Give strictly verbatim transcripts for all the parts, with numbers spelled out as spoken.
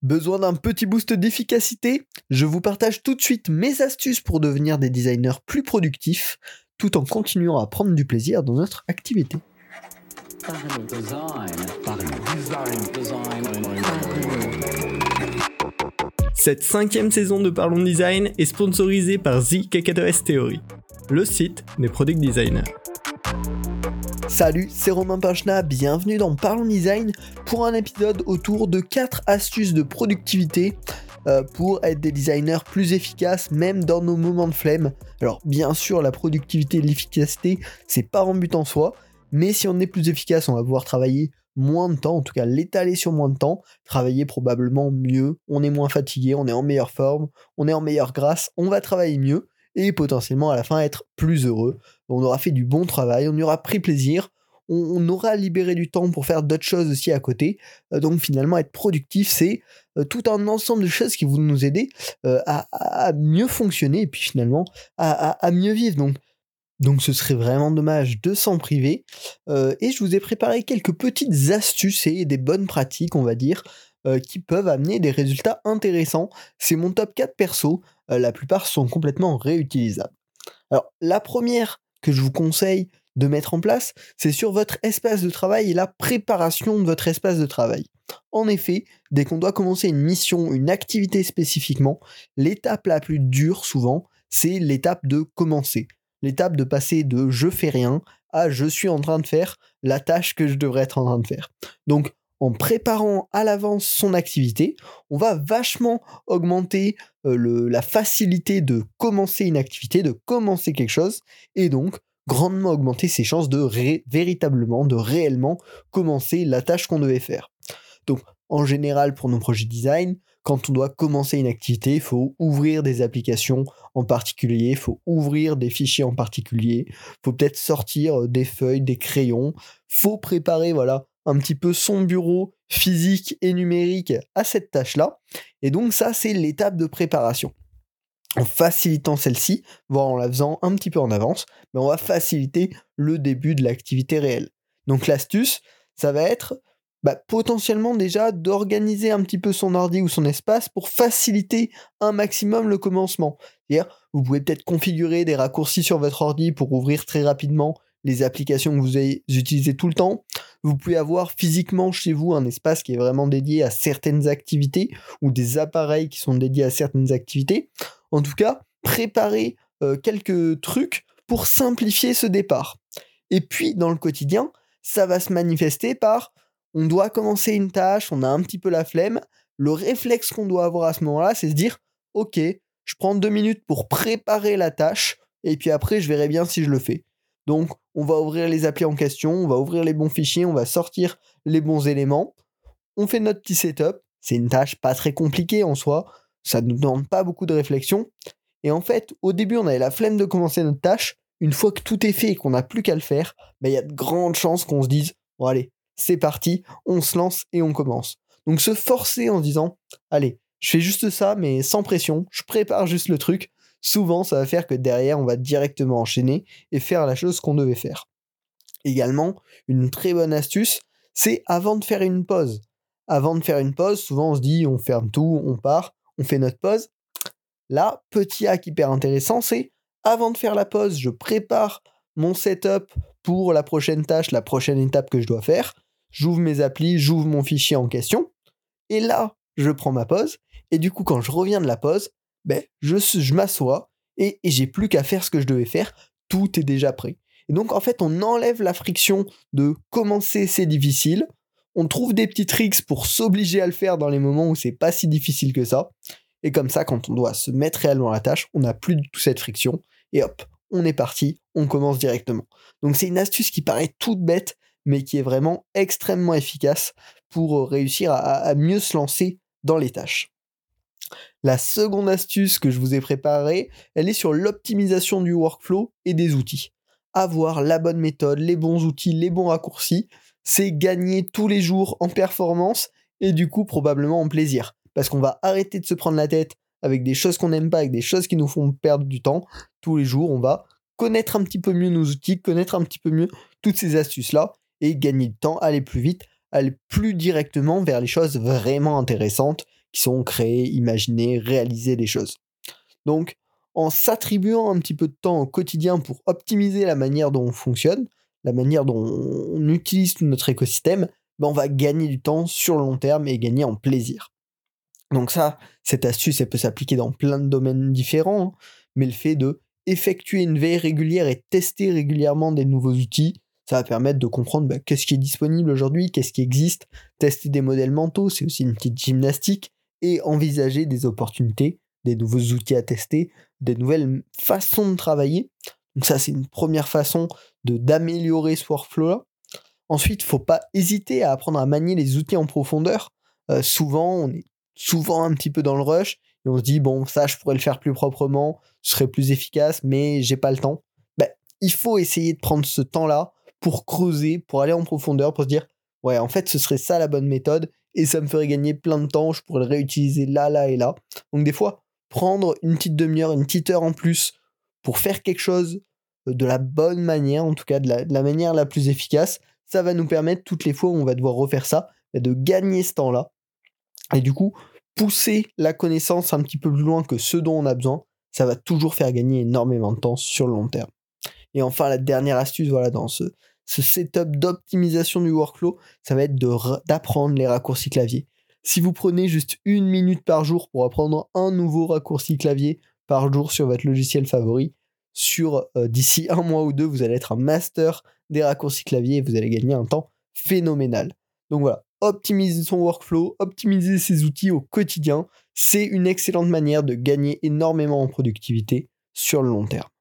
Besoin d'un petit boost d'efficacité? Je vous partage tout de suite mes astuces pour devenir des designers plus productifs, tout en continuant à prendre du plaisir dans notre activité. Cette cinquième saison de Parlons Design est sponsorisée par The K K deux S Theory, le site des product designers. Salut, c'est Romain Pachna, bienvenue dans Parlons Design pour un épisode autour de quatre astuces de productivité euh, pour être des designers plus efficaces même dans nos moments de flemme. Alors bien sûr la productivité et l'efficacité c'est pas un but en soi, mais si on est plus efficace on va pouvoir travailler moins de temps, en tout cas l'étaler sur moins de temps, travailler probablement mieux, on est moins fatigué, on est en meilleure forme, on est en meilleure grâce, on va travailler mieux et potentiellement à la fin être plus heureux. On aura fait du bon travail, on y aura pris plaisir, on, on aura libéré du temps pour faire d'autres choses aussi à côté. Euh, donc finalement être productif c'est euh, tout un ensemble de choses qui vont nous aider euh, à, à mieux fonctionner et puis finalement à, à, à mieux vivre. Donc Donc ce serait vraiment dommage de s'en priver. Euh, et je vous ai préparé quelques petites astuces et des bonnes pratiques, on va dire, euh, qui peuvent amener des résultats intéressants. C'est mon top quatre perso, euh, la plupart sont complètement réutilisables. Alors la première que je vous conseille de mettre en place, c'est sur votre espace de travail et la préparation de votre espace de travail. En effet, dès qu'on doit commencer une mission, une activité spécifiquement, l'étape la plus dure souvent, c'est l'étape de commencer. L'étape de passer de je fais rien à je suis en train de faire la tâche que je devrais être en train de faire. Donc en préparant à l'avance son activité, on va vachement augmenter euh, le, la facilité de commencer une activité, de commencer quelque chose, et donc grandement augmenter ses chances de ré- véritablement, de réellement commencer la tâche qu'on devait faire. Donc en général pour nos projets design, quand on doit commencer une activité, il faut ouvrir des applications en particulier, il faut ouvrir des fichiers en particulier, il faut peut-être sortir des feuilles, des crayons, faut préparer voilà, un petit peu son bureau physique et numérique à cette tâche-là. Et donc ça, c'est l'étape de préparation. En facilitant celle-ci, voire en la faisant un petit peu en avance, mais on va faciliter le début de l'activité réelle. Donc l'astuce, ça va être bah, potentiellement déjà d'organiser un petit peu son ordi ou son espace pour faciliter un maximum le commencement. C'est-à-dire, vous pouvez peut-être configurer des raccourcis sur votre ordi pour ouvrir très rapidement les applications que vous utilisez tout le temps. Vous pouvez avoir physiquement chez vous un espace qui est vraiment dédié à certaines activités ou des appareils qui sont dédiés à certaines activités. En tout cas, préparez euh, quelques trucs pour simplifier ce départ. Et puis, dans le quotidien, ça va se manifester par on doit commencer une tâche, on a un petit peu la flemme. Le réflexe qu'on doit avoir à ce moment-là, c'est se dire « Ok, je prends deux minutes pour préparer la tâche et puis après, je verrai bien si je le fais. » Donc, on va ouvrir les applis en question, on va ouvrir les bons fichiers, on va sortir les bons éléments. On fait notre petit setup. C'est une tâche pas très compliquée en soi. Ça ne nous demande pas beaucoup de réflexion. Et en fait, au début, on avait la flemme de commencer notre tâche. Une fois que tout est fait et qu'on n'a plus qu'à le faire, il y a de grandes chances qu'on se dise « Bon allez, c'est parti, on se lance et on commence. » Donc se forcer en se disant « Allez, je fais juste ça, mais sans pression, je prépare juste le truc. » Souvent, ça va faire que derrière, on va directement enchaîner et faire la chose qu'on devait faire. Également, une très bonne astuce, c'est avant de faire une pause. Avant de faire une pause, souvent on se dit on ferme tout, on part, on fait notre pause. Là, petit hack hyper intéressant, c'est avant de faire la pause, je prépare mon setup pour la prochaine tâche, la prochaine étape que je dois faire. J'ouvre mes applis, j'ouvre mon fichier en question. Et là, je prends ma pause. Et du coup, quand je reviens de la pause, ben, je, je m'assois et, et j'ai plus qu'à faire ce que je devais faire. Tout est déjà prêt. Et donc, en fait, on enlève la friction de commencer, c'est difficile. On trouve des petits tricks pour s'obliger à le faire dans les moments où c'est pas si difficile que ça. Et comme ça, quand on doit se mettre réellement à la tâche, on n'a plus du tout cette friction. Et hop, on est parti, on commence directement. Donc, c'est une astuce qui paraît toute bête, mais qui est vraiment extrêmement efficace pour réussir à, à mieux se lancer dans les tâches. La seconde astuce que je vous ai préparée, elle est sur l'optimisation du workflow et des outils. Avoir la bonne méthode, les bons outils, les bons raccourcis, c'est gagner tous les jours en performance et du coup probablement en plaisir. Parce qu'on va arrêter de se prendre la tête avec des choses qu'on n'aime pas, avec des choses qui nous font perdre du temps. Tous les jours, on va connaître un petit peu mieux nos outils, connaître un petit peu mieux toutes ces astuces-là et gagner du temps, aller plus vite, aller plus directement vers les choses vraiment intéressantes qui sont créer, imaginer, réaliser des choses. Donc, en s'attribuant un petit peu de temps au quotidien pour optimiser la manière dont on fonctionne, la manière dont on utilise tout notre écosystème, ben on va gagner du temps sur le long terme et gagner en plaisir. Donc ça, cette astuce, elle peut s'appliquer dans plein de domaines différents, hein, mais le fait de effectuer une veille régulière et tester régulièrement des nouveaux outils, ça va permettre de comprendre bah, qu'est-ce qui est disponible aujourd'hui, qu'est-ce qui existe, tester des modèles mentaux, c'est aussi une petite gymnastique, et envisager des opportunités, des nouveaux outils à tester, des nouvelles façons de travailler. Donc ça, c'est une première façon de d'améliorer ce workflow-là. Ensuite, il ne faut pas hésiter à apprendre à manier les outils en profondeur. Euh, souvent, on est souvent un petit peu dans le rush, et on se dit, bon, ça, je pourrais le faire plus proprement, ce serait plus efficace, mais j'ai pas le temps. Ben, il faut essayer de prendre ce temps-là pour creuser, pour aller en profondeur, pour se dire, ouais, en fait, ce serait ça la bonne méthode, et ça me ferait gagner plein de temps, je pourrais le réutiliser là, là et là. Donc des fois, prendre une petite demi-heure, une petite heure en plus pour faire quelque chose de la bonne manière, en tout cas de la, de la manière la plus efficace, ça va nous permettre, toutes les fois où on va devoir refaire ça, de gagner ce temps-là. Et du coup, pousser la connaissance un petit peu plus loin que ce dont on a besoin, ça va toujours faire gagner énormément de temps sur le long terme. Et enfin, la dernière astuce, voilà, dans ce, ce setup d'optimisation du workflow, ça va être de, d'apprendre les raccourcis clavier. Si vous prenez juste une minute par jour pour apprendre un nouveau raccourci clavier par jour sur votre logiciel favori, sur euh, d'ici un mois ou deux, vous allez être un master des raccourcis clavier et vous allez gagner un temps phénoménal. Donc voilà, optimiser son workflow, optimiser ses outils au quotidien, c'est une excellente manière de gagner énormément en productivité sur le long terme.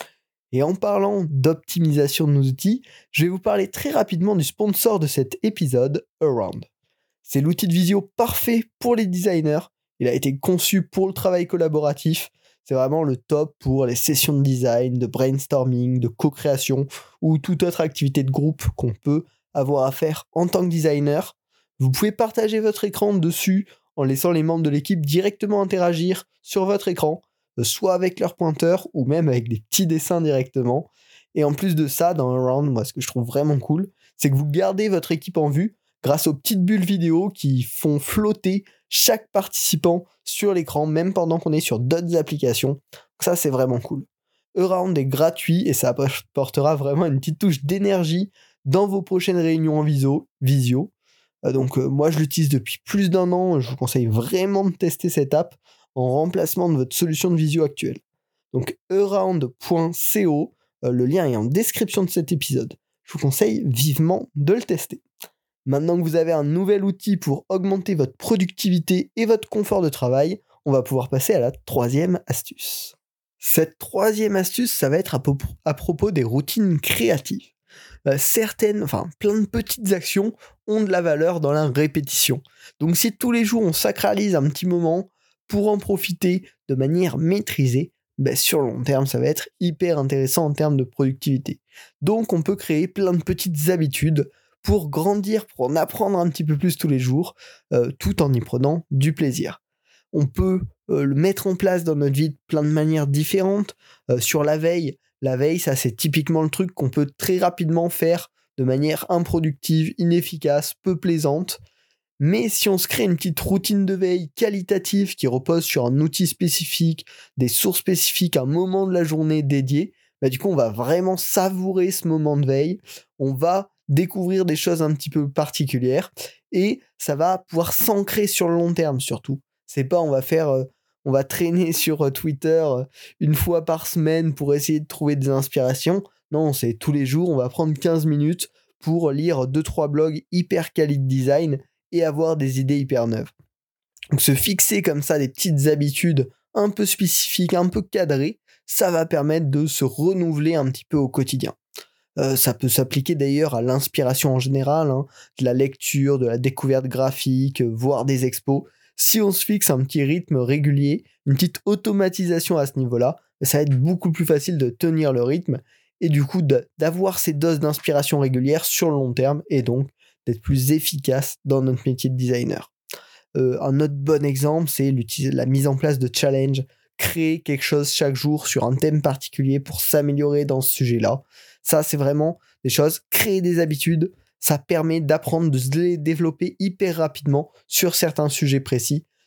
Et en parlant d'optimisation de nos outils, je vais vous parler très rapidement du sponsor de cet épisode, Around. C'est l'outil de visio parfait pour les designers. Il a été conçu pour le travail collaboratif. C'est vraiment le top pour les sessions de design, de brainstorming, de co-création ou toute autre activité de groupe qu'on peut avoir à faire en tant que designer. Vous pouvez partager votre écran dessus en laissant les membres de l'équipe directement interagir sur votre écran, soit avec leur pointeur ou même avec des petits dessins directement. Et en plus de ça, dans Around, moi, ce que je trouve vraiment cool, c'est que vous gardez votre équipe en vue grâce aux petites bulles vidéo qui font flotter chaque participant sur l'écran, même pendant qu'on est sur d'autres applications. Donc ça, c'est vraiment cool. Around est gratuit et ça apportera vraiment une petite touche d'énergie dans vos prochaines réunions en visio. visio. Euh, donc euh, moi, je l'utilise depuis plus d'un an. Je vous conseille vraiment de tester cette app en remplacement de votre solution de visio actuelle. Donc around point co, euh, le lien est en description de cet épisode. Je vous conseille vivement de le tester. Maintenant que vous avez un nouvel outil pour augmenter votre productivité et votre confort de travail, on va pouvoir passer à la troisième astuce. Cette troisième astuce, ça va être à, po- à propos des routines créatives. Euh, certaines, enfin plein de petites actions ont de la valeur dans la répétition. Donc si tous les jours on sacralise un petit moment pour en profiter de manière maîtrisée, ben, sur le long terme, ça va être hyper intéressant en termes de productivité. Donc on peut créer plein de petites habitudes pour grandir, pour en apprendre un petit peu plus tous les jours, euh, tout en y prenant du plaisir. On peut euh, le mettre en place dans notre vie de plein de manières différentes. Euh, sur la veille, la veille, ça c'est typiquement le truc qu'on peut très rapidement faire de manière improductive, inefficace, peu plaisante. Mais si on se crée une petite routine de veille qualitative qui repose sur un outil spécifique, des sources spécifiques, un moment de la journée dédié, bah du coup on va vraiment savourer ce moment de veille, on va découvrir des choses un petit peu particulières et ça va pouvoir s'ancrer sur le long terme surtout. C'est pas on va faire, euh, on va traîner sur euh, Twitter euh, une fois par semaine pour essayer de trouver des inspirations. Non, c'est tous les jours, on va prendre quinze minutes pour lire deux trois blogs hyper quali de design et avoir des idées hyper neuves. Donc se fixer comme ça des petites habitudes un peu spécifiques, un peu cadrées, ça va permettre de se renouveler un petit peu au quotidien. Euh, ça peut s'appliquer d'ailleurs à l'inspiration en général, hein, de la lecture, de la découverte graphique, euh, voire des expos. Si on se fixe un petit rythme régulier, une petite automatisation à ce niveau-là, ça va être beaucoup plus facile de tenir le rythme et du coup de, d'avoir ces doses d'inspiration régulières sur le long terme et donc d'être plus efficace dans notre métier de designer. Euh, un autre bon exemple, c'est la mise en place de challenges, créer quelque chose chaque jour sur un thème particulier pour s'améliorer dans ce sujet-là. Ça, c'est vraiment des choses, créer des habitudes, ça permet d'apprendre, de se les développer hyper rapidement sur certains sujets précis.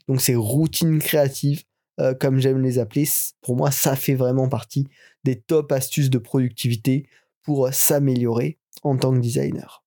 Donc ces routines créatives, euh, comme j'aime les appeler, pour moi ça fait vraiment partie des top astuces de productivité pour euh, s'améliorer en tant que designer.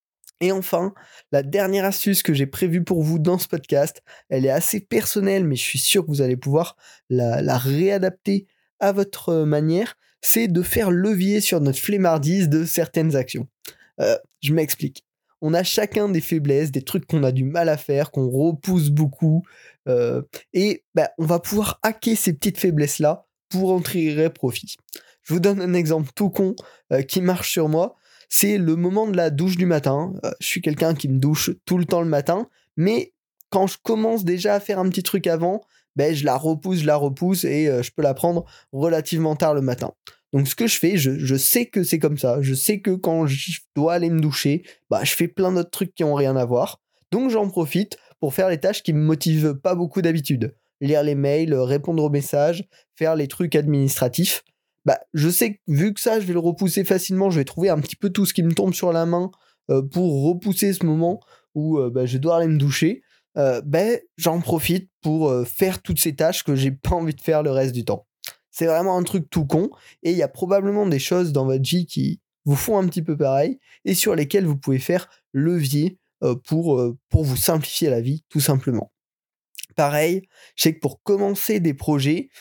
Et enfin, la dernière astuce que j'ai prévue pour vous dans ce podcast, elle est assez personnelle, mais je suis sûr que vous allez pouvoir la, la réadapter à votre manière, c'est de faire levier sur notre flemmardise de certaines actions. Euh, je m'explique. On a chacun des faiblesses, des trucs qu'on a du mal à faire, qu'on repousse beaucoup, euh, et bah, on va pouvoir hacker ces petites faiblesses-là pour en tirer profit. Je vous donne un exemple tout con euh, qui marche sur moi. C'est le moment de la douche du matin. Euh, je suis quelqu'un qui me douche tout le temps le matin, mais quand je commence déjà à faire un petit truc avant, ben, je la repousse, je la repousse et euh, je peux la prendre relativement tard le matin. Donc ce que je fais, je, je sais que c'est comme ça. Je sais que quand je dois aller me doucher, bah, je fais plein d'autres trucs qui n'ont rien à voir. Donc j'en profite pour faire les tâches qui me motivent pas beaucoup d'habitude. Lire les mails, répondre aux messages, faire les trucs administratifs. Bah, je sais que vu que ça, je vais le repousser facilement, je vais trouver un petit peu tout ce qui me tombe sur la main euh, pour repousser ce moment où euh, bah, je dois aller me doucher. Euh, ben, j'en profite pour euh, faire toutes ces tâches que j'ai pas envie de faire le reste du temps. C'est vraiment un truc tout con, et il y a probablement des choses dans votre vie qui vous font un petit peu pareil, et sur lesquelles vous pouvez faire levier euh, pour, euh, pour vous simplifier la vie, tout simplement. Pareil, je sais que pour commencer des projets,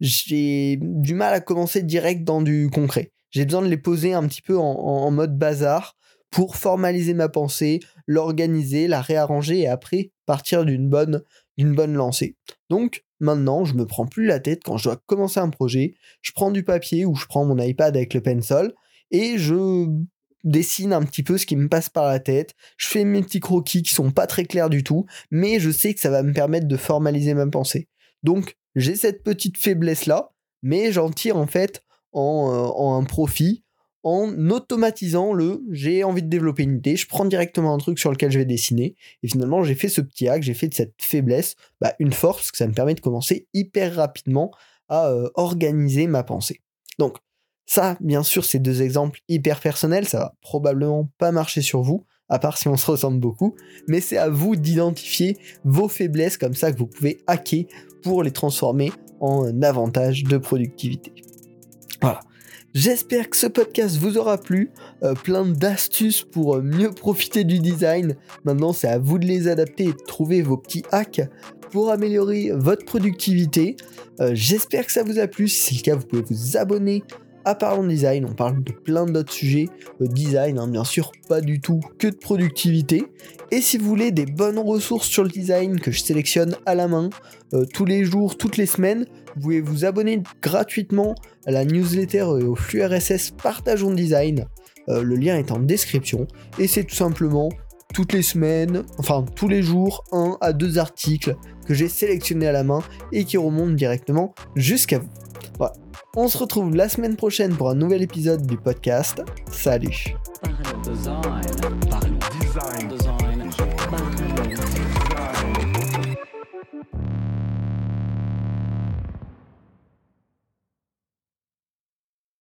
j'ai du mal à commencer direct dans du concret. J'ai besoin de les poser un petit peu en, en mode bazar pour formaliser ma pensée, l'organiser, la réarranger et après partir d'une bonne, d'une bonne lancée. Donc maintenant, je me prends plus la tête quand je dois commencer un projet. Je prends du papier ou je prends mon iPad avec le pencil et je dessine un petit peu ce qui me passe par la tête. Je fais mes petits croquis qui sont pas très clairs du tout, mais je sais que ça va me permettre de formaliser ma pensée. Donc j'ai cette petite faiblesse-là, mais j'en tire en fait en, euh, en un profit, en automatisant le « j'ai envie de développer une idée », je prends directement un truc sur lequel je vais dessiner, et finalement j'ai fait ce petit hack, j'ai fait de cette faiblesse bah, une force, parce que ça me permet de commencer hyper rapidement à euh, organiser ma pensée. Donc ça, bien sûr, c'est deux exemples hyper personnels, ça va probablement pas marcher sur vous, à part si on se ressemble beaucoup, mais c'est à vous d'identifier vos faiblesses comme ça que vous pouvez hacker pour les transformer en avantage de productivité. Voilà. J'espère que ce podcast vous aura plu, euh, plein d'astuces pour mieux profiter du design. Maintenant, c'est à vous de les adapter et de trouver vos petits hacks pour améliorer votre productivité. Euh, j'espère que ça vous a plu. Si c'est le cas, vous pouvez vous abonner à Parlons Design. On parle de plein d'autres sujets, euh, design, hein, bien sûr, pas du tout que de productivité. Et si vous voulez des bonnes ressources sur le design que je sélectionne à la main, euh, tous les jours, toutes les semaines, vous pouvez vous abonner gratuitement à la newsletter et au flux R S S Partageons Design. Euh, le lien est en description. Et c'est tout simplement toutes les semaines, enfin tous les jours, un à deux articles que j'ai sélectionnés à la main et qui remontent directement jusqu'à vous. Voilà. On se retrouve la semaine prochaine pour un nouvel épisode du podcast. Salut!